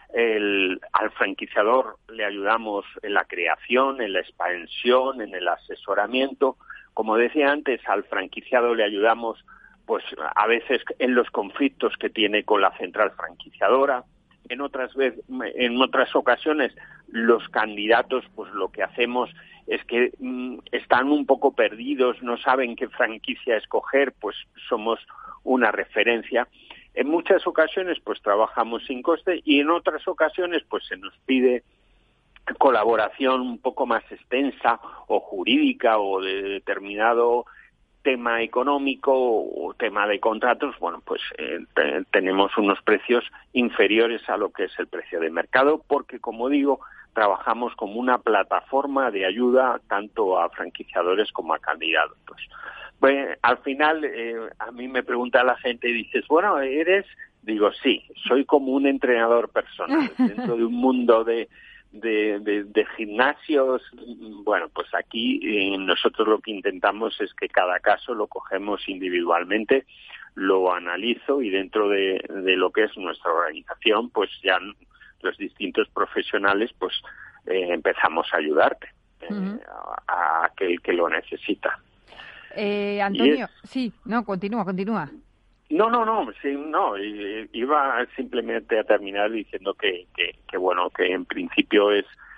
Al franquiciador le ayudamos en la creación, en la expansión, en el asesoramiento. Como decía antes, al franquiciado le ayudamos pues a veces en los conflictos que tiene con la central franquiciadora. En otras ocasiones los candidatos, pues lo que hacemos es que están un poco perdidos, no saben qué franquicia escoger, pues somos una referencia. En muchas ocasiones pues trabajamos sin coste y en otras ocasiones pues se nos pide colaboración un poco más extensa o jurídica o de determinado tema económico o tema de contratos. Bueno, pues tenemos unos precios inferiores a lo que es el precio de mercado porque, como digo, trabajamos como una plataforma de ayuda tanto a franquiciadores como a candidatos. Pues, al final, a mí me pregunta la gente y dices, bueno, digo, sí, soy como un entrenador personal dentro de un mundo de gimnasios. Bueno, pues aquí nosotros lo que intentamos es que cada caso lo cogemos individualmente, lo analizo y dentro de lo que es nuestra organización, pues ya los distintos profesionales pues empezamos a ayudarte a aquel que lo necesita. Antonio, continúa. No, iba simplemente a terminar diciendo que bueno, que en principio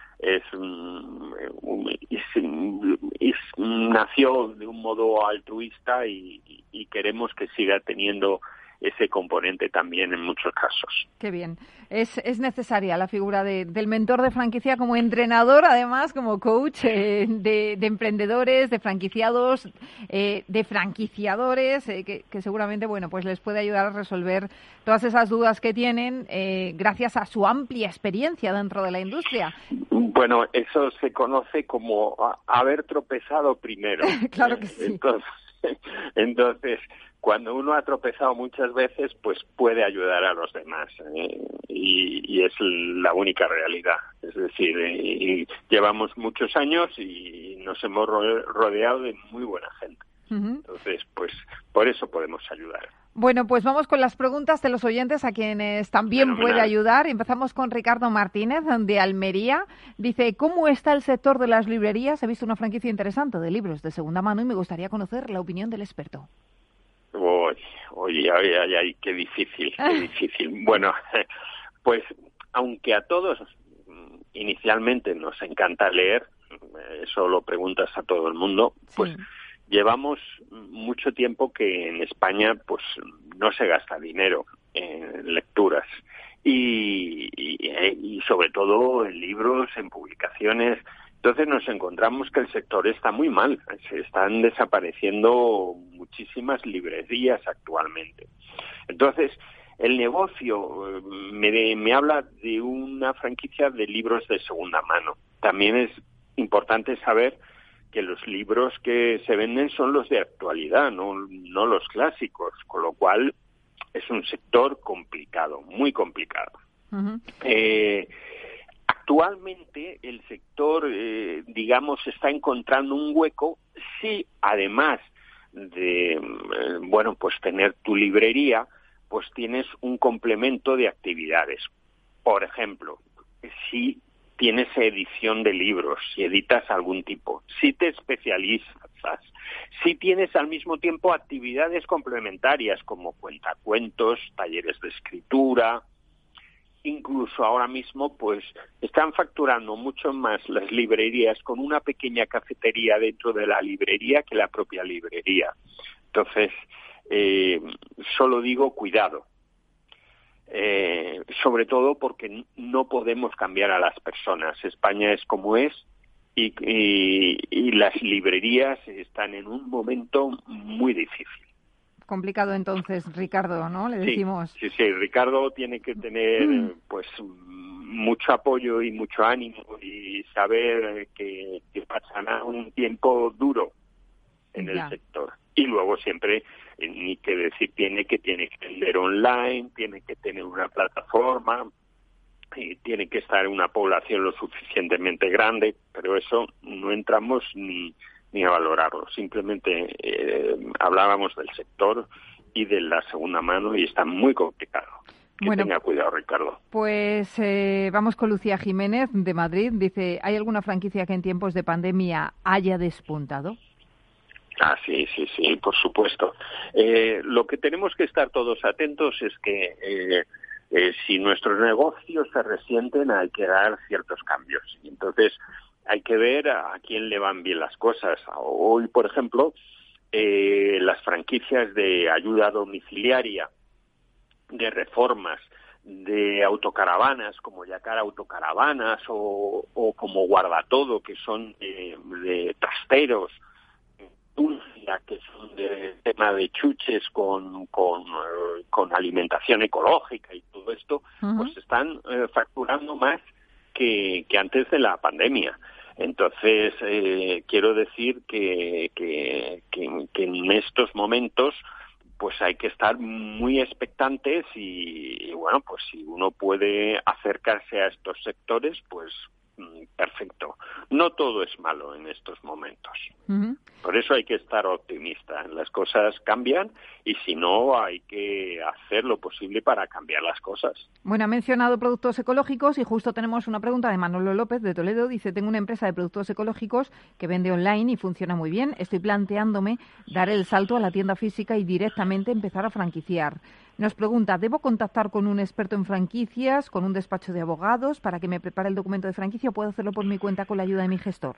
nació de un modo altruista y queremos que siga teniendo ese componente también en muchos casos. Qué bien. Es necesaria la figura del mentor de franquicia como entrenador, además, como coach de emprendedores, de franquiciados, de franquiciadores, que seguramente, bueno, pues les puede ayudar a resolver todas esas dudas que tienen gracias a su amplia experiencia dentro de la industria. Bueno, eso se conoce como haber tropezado primero. Claro que sí. Entonces, cuando uno ha tropezado muchas veces, pues puede ayudar a los demás, y es la única realidad. Es decir, llevamos muchos años y nos hemos rodeado de muy buena gente. Entonces, pues por eso podemos ayudar. Bueno, pues vamos con las preguntas de los oyentes a quienes también puede ayudar. Empezamos con Ricardo Martínez, de Almería. Dice, ¿cómo está el sector de las librerías? He visto una franquicia interesante de libros de segunda mano y me gustaría conocer la opinión del experto. Oye, qué difícil. Bueno, pues aunque a todos inicialmente nos encanta leer, eso lo preguntas a todo el mundo, pues llevamos mucho tiempo que en España pues no se gasta dinero en lecturas y sobre todo en libros, en publicaciones. Entonces nos encontramos que el sector está muy mal. Se están desapareciendo muchísimas librerías actualmente. Entonces, el negocio me habla de una franquicia de libros de segunda mano. También es importante saber que los libros que se venden son los de actualidad, no los clásicos, con lo cual es un sector complicado, muy complicado. Actualmente el sector, está encontrando un hueco si además de, pues tener tu librería, pues tienes un complemento de actividades. Por ejemplo, si tienes edición de libros, si editas algún tipo, si te especializas, si tienes al mismo tiempo actividades complementarias como cuentacuentos, talleres de escritura. Incluso ahora mismo pues están facturando mucho más las librerías con una pequeña cafetería dentro de la librería que la propia librería. Entonces, solo digo cuidado. Sobre todo porque no podemos cambiar a las personas. España es como es y las librerías están en un momento muy difícil. Complicado entonces, Ricardo, ¿no? Le decimos. Sí, Ricardo tiene que tener pues mucho apoyo y mucho ánimo y saber que pasará un tiempo duro en el sector. Y luego siempre, ni que decir, tiene que vender online, tiene que tener una plataforma, y tiene que estar en una población lo suficientemente grande, pero eso no entramos ni a valorarlo. Simplemente hablábamos del sector y de la segunda mano y está muy complicado. tenga cuidado, Ricardo. Pues vamos con Lucía Jiménez de Madrid. Dice, ¿hay alguna franquicia que en tiempos de pandemia haya despuntado? Sí, por supuesto. Lo que tenemos que estar todos atentos es que si nuestros negocios se resienten, hay que dar ciertos cambios. Entonces, hay que ver a quién le van bien las cosas. Hoy, por ejemplo, las franquicias de ayuda domiciliaria, de reformas, de autocaravanas como Yacar Autocaravanas o como Guardatodo, que son de trasteros, Dulcia, que son de tema de chuches con alimentación ecológica y todo esto, pues están facturando más que antes de la pandemia. Entonces, quiero decir que en estos momentos pues hay que estar muy expectantes y bueno, pues si uno puede acercarse a estos sectores, pues perfecto. No todo es malo en estos momentos. Por eso hay que estar optimista. Las cosas cambian y si no, hay que hacer lo posible para cambiar las cosas. Bueno, ha mencionado productos ecológicos y justo tenemos una pregunta de Manolo López de Toledo. Dice, tengo una empresa de productos ecológicos que vende online y funciona muy bien. Estoy planteándome dar el salto a la tienda física y directamente empezar a franquiciar. Nos pregunta, ¿debo contactar con un experto en franquicias, con un despacho de abogados para que me prepare el documento de franquicia o puedo hacerlo por mi cuenta con la ayuda de mi gestor?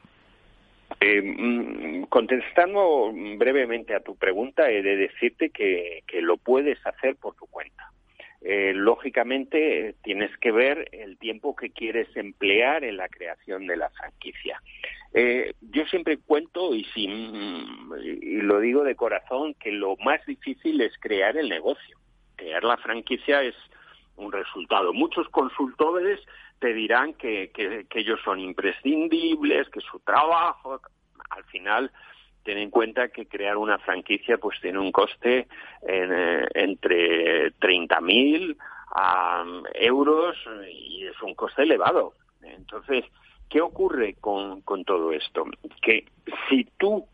Contestando brevemente a tu pregunta, he de decirte que lo puedes hacer por tu cuenta. Lógicamente, tienes que ver el tiempo que quieres emplear en la creación de la franquicia. Yo siempre cuento, y lo digo de corazón, que lo más difícil es crear el negocio. Crear la franquicia es un resultado. Muchos consultores te dirán que ellos son imprescindibles, que su trabajo, al final, ten en cuenta que crear una franquicia pues tiene un coste entre 30.000 euros y es un coste elevado. Entonces, ¿qué ocurre con todo esto? Que si tú,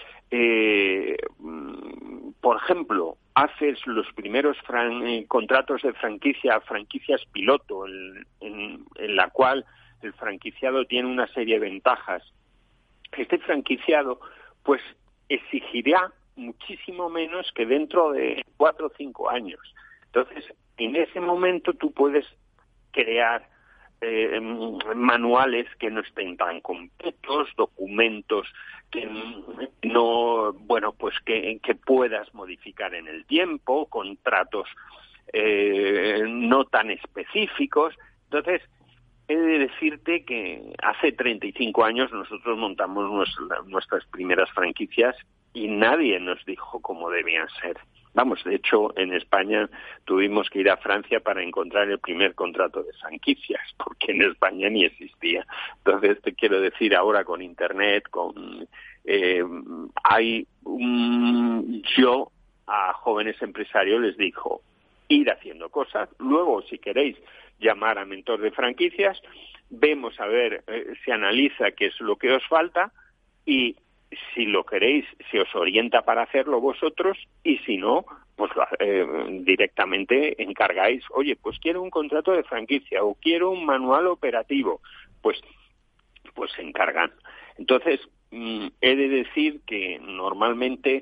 por ejemplo, haces los primeros contratos de franquicias piloto, en la cual el franquiciado tiene una serie de ventajas, este franquiciado pues exigirá muchísimo menos que dentro de 4 o 5 años. Entonces, en ese momento tú puedes crear manuales que no estén tan completos, documentos que no, bueno, pues que puedas modificar en el tiempo, contratos no tan específicos. Entonces, he de decirte que hace 35 años nosotros montamos nuestras primeras franquicias y nadie nos dijo cómo debían ser. Vamos, de hecho, en España tuvimos que ir a Francia para encontrar el primer contrato de franquicias, porque en España ni existía. Entonces, te quiero decir, ahora con Internet, yo a jóvenes empresarios les digo, ir haciendo cosas, luego, si queréis, llamar a mentor de franquicias, vemos a ver, se analiza qué es lo que os falta y si lo queréis, se os orienta para hacerlo vosotros y si no, pues directamente encargáis, oye, pues quiero un contrato de franquicia o quiero un manual operativo, pues se encargan. Entonces, he de decir que normalmente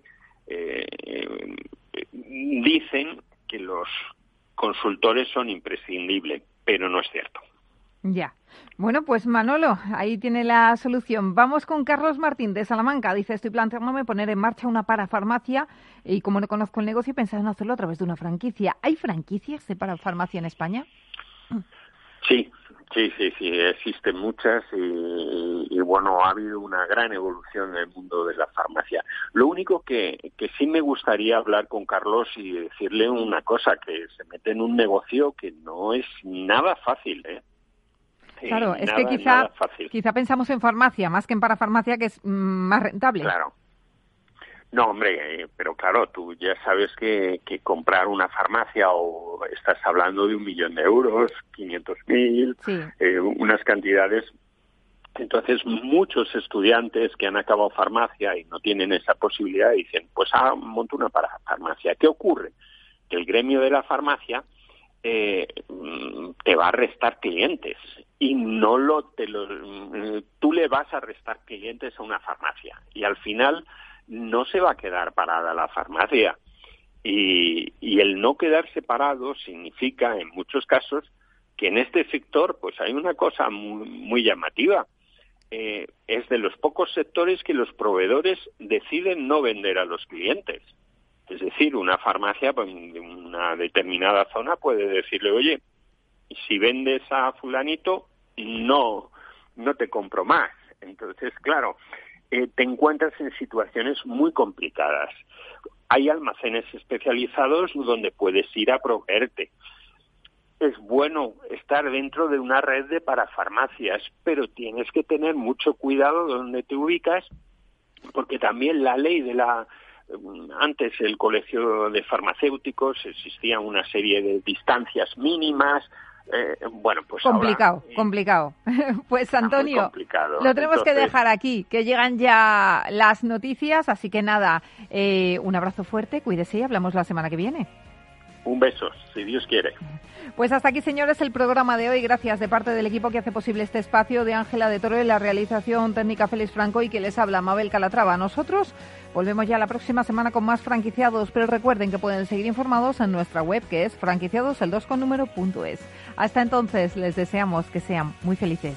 dicen que los consultores son imprescindibles, pero no es cierto. Ya. Bueno, pues Manolo, ahí tiene la solución. Vamos con Carlos Martín de Salamanca. Dice, estoy planteándome poner en marcha una parafarmacia y como no conozco el negocio, he pensado en hacerlo a través de una franquicia. ¿Hay franquicias de parafarmacia en España? Sí, existen muchas y bueno, ha habido una gran evolución en el mundo de la farmacia. Lo único que sí me gustaría hablar con Carlos y decirle una cosa, que se mete en un negocio que no es nada fácil, ¿eh? Claro, es que quizá pensamos en farmacia más que en parafarmacia, que es más rentable. Claro. No, hombre, pero claro, tú ya sabes que comprar una farmacia o estás hablando de 1.000.000 de euros, 500.000, sí. Unas cantidades. Entonces, muchos estudiantes que han acabado farmacia y no tienen esa posibilidad dicen, pues monto una parafarmacia. ¿Qué ocurre? Que el gremio de la farmacia te va a restar clientes y tú le vas a restar clientes a una farmacia y al final no se va a quedar parada la farmacia y el no quedarse parado significa en muchos casos que en este sector pues hay una cosa muy, muy llamativa. Es de los pocos sectores que los proveedores deciden no vender a los clientes. Es decir, una farmacia pues, de una determinada zona puede decirle, oye, si vendes a fulanito, no te compro más. Entonces, claro, te encuentras en situaciones muy complicadas. Hay almacenes especializados donde puedes ir a proveerte. Es bueno estar dentro de una red de parafarmacias, pero tienes que tener mucho cuidado donde te ubicas, porque también la ley antes el colegio de farmacéuticos existía una serie de distancias mínimas. Pues complicado. Pues Antonio, lo tenemos que dejar aquí, que llegan ya las noticias, así que nada, un abrazo fuerte, cuídese y hablamos la semana que viene. Un beso, si Dios quiere. Pues hasta aquí, señores, el programa de hoy. Gracias de parte del equipo que hace posible este espacio, de Ángela de Toro, en la realización técnica Félix Franco y que les habla Mabel Calatrava. Nosotros volvemos ya la próxima semana con más franquiciados, pero recuerden que pueden seguir informados en nuestra web, que es franquiciados2.es. Hasta entonces, les deseamos que sean muy felices.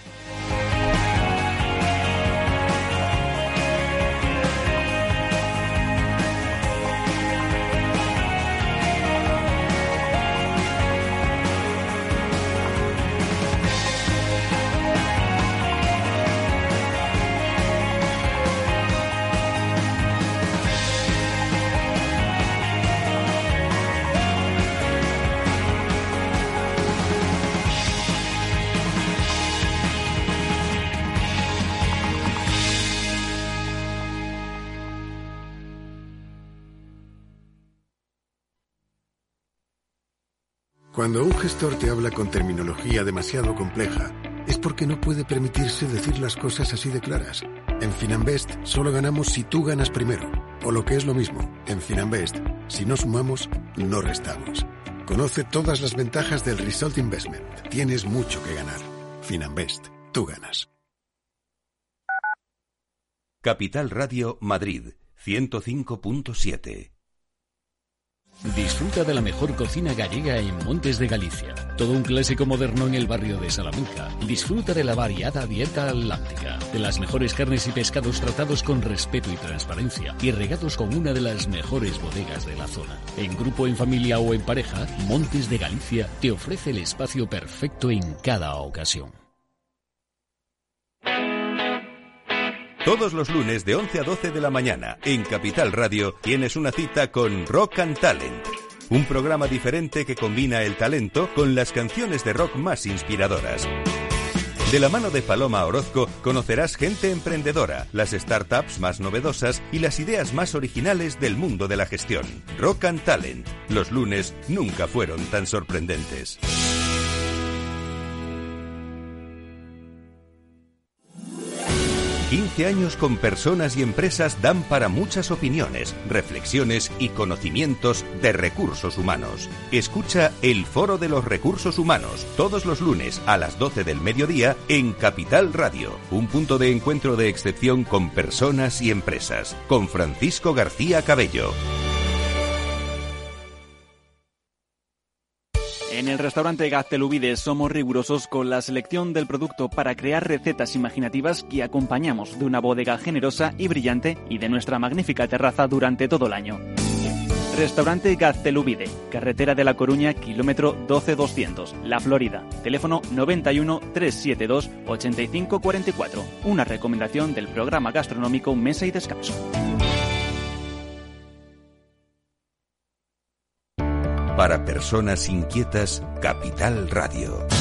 Cuando un gestor te habla con terminología demasiado compleja, es porque no puede permitirse decir las cosas así de claras. En Finanbest solo ganamos si tú ganas primero. O lo que es lo mismo, en Finanbest, si no sumamos, no restamos. Conoce todas las ventajas del Result Investment. Tienes mucho que ganar. Finanbest, tú ganas. Capital Radio Madrid, 105.7. Disfruta de la mejor cocina gallega en Montes de Galicia. Todo un clásico moderno en el barrio de Salamanca. Disfruta de la variada dieta láctica, de las mejores carnes y pescados tratados con respeto y transparencia y regados con una de las mejores bodegas de la zona. En grupo, en familia o en pareja, Montes de Galicia te ofrece el espacio perfecto en cada ocasión. Todos los lunes de 11 a 12 de la mañana en Capital Radio tienes una cita con Rock and Talent, un programa diferente que combina el talento con las canciones de rock más inspiradoras. De la mano de Paloma Orozco conocerás gente emprendedora, las startups más novedosas y las ideas más originales del mundo de la gestión. Rock and Talent. Los lunes nunca fueron tan sorprendentes. ...15 años con personas y empresas dan para muchas opiniones, reflexiones y conocimientos de recursos humanos. Escucha el Foro de los Recursos Humanos todos los lunes a las 12 del mediodía en Capital Radio. Un punto de encuentro de excepción con personas y empresas. Con Francisco García Cabello. En el restaurante Gaztelubides somos rigurosos con la selección del producto para crear recetas imaginativas que acompañamos de una bodega generosa y brillante y de nuestra magnífica terraza durante todo el año. Restaurante Gaztelubide, carretera de La Coruña, kilómetro 12200, La Florida. Teléfono 91 372 8544. Una recomendación del programa gastronómico Mesa y Descanso. Para personas inquietas, Capital Radio.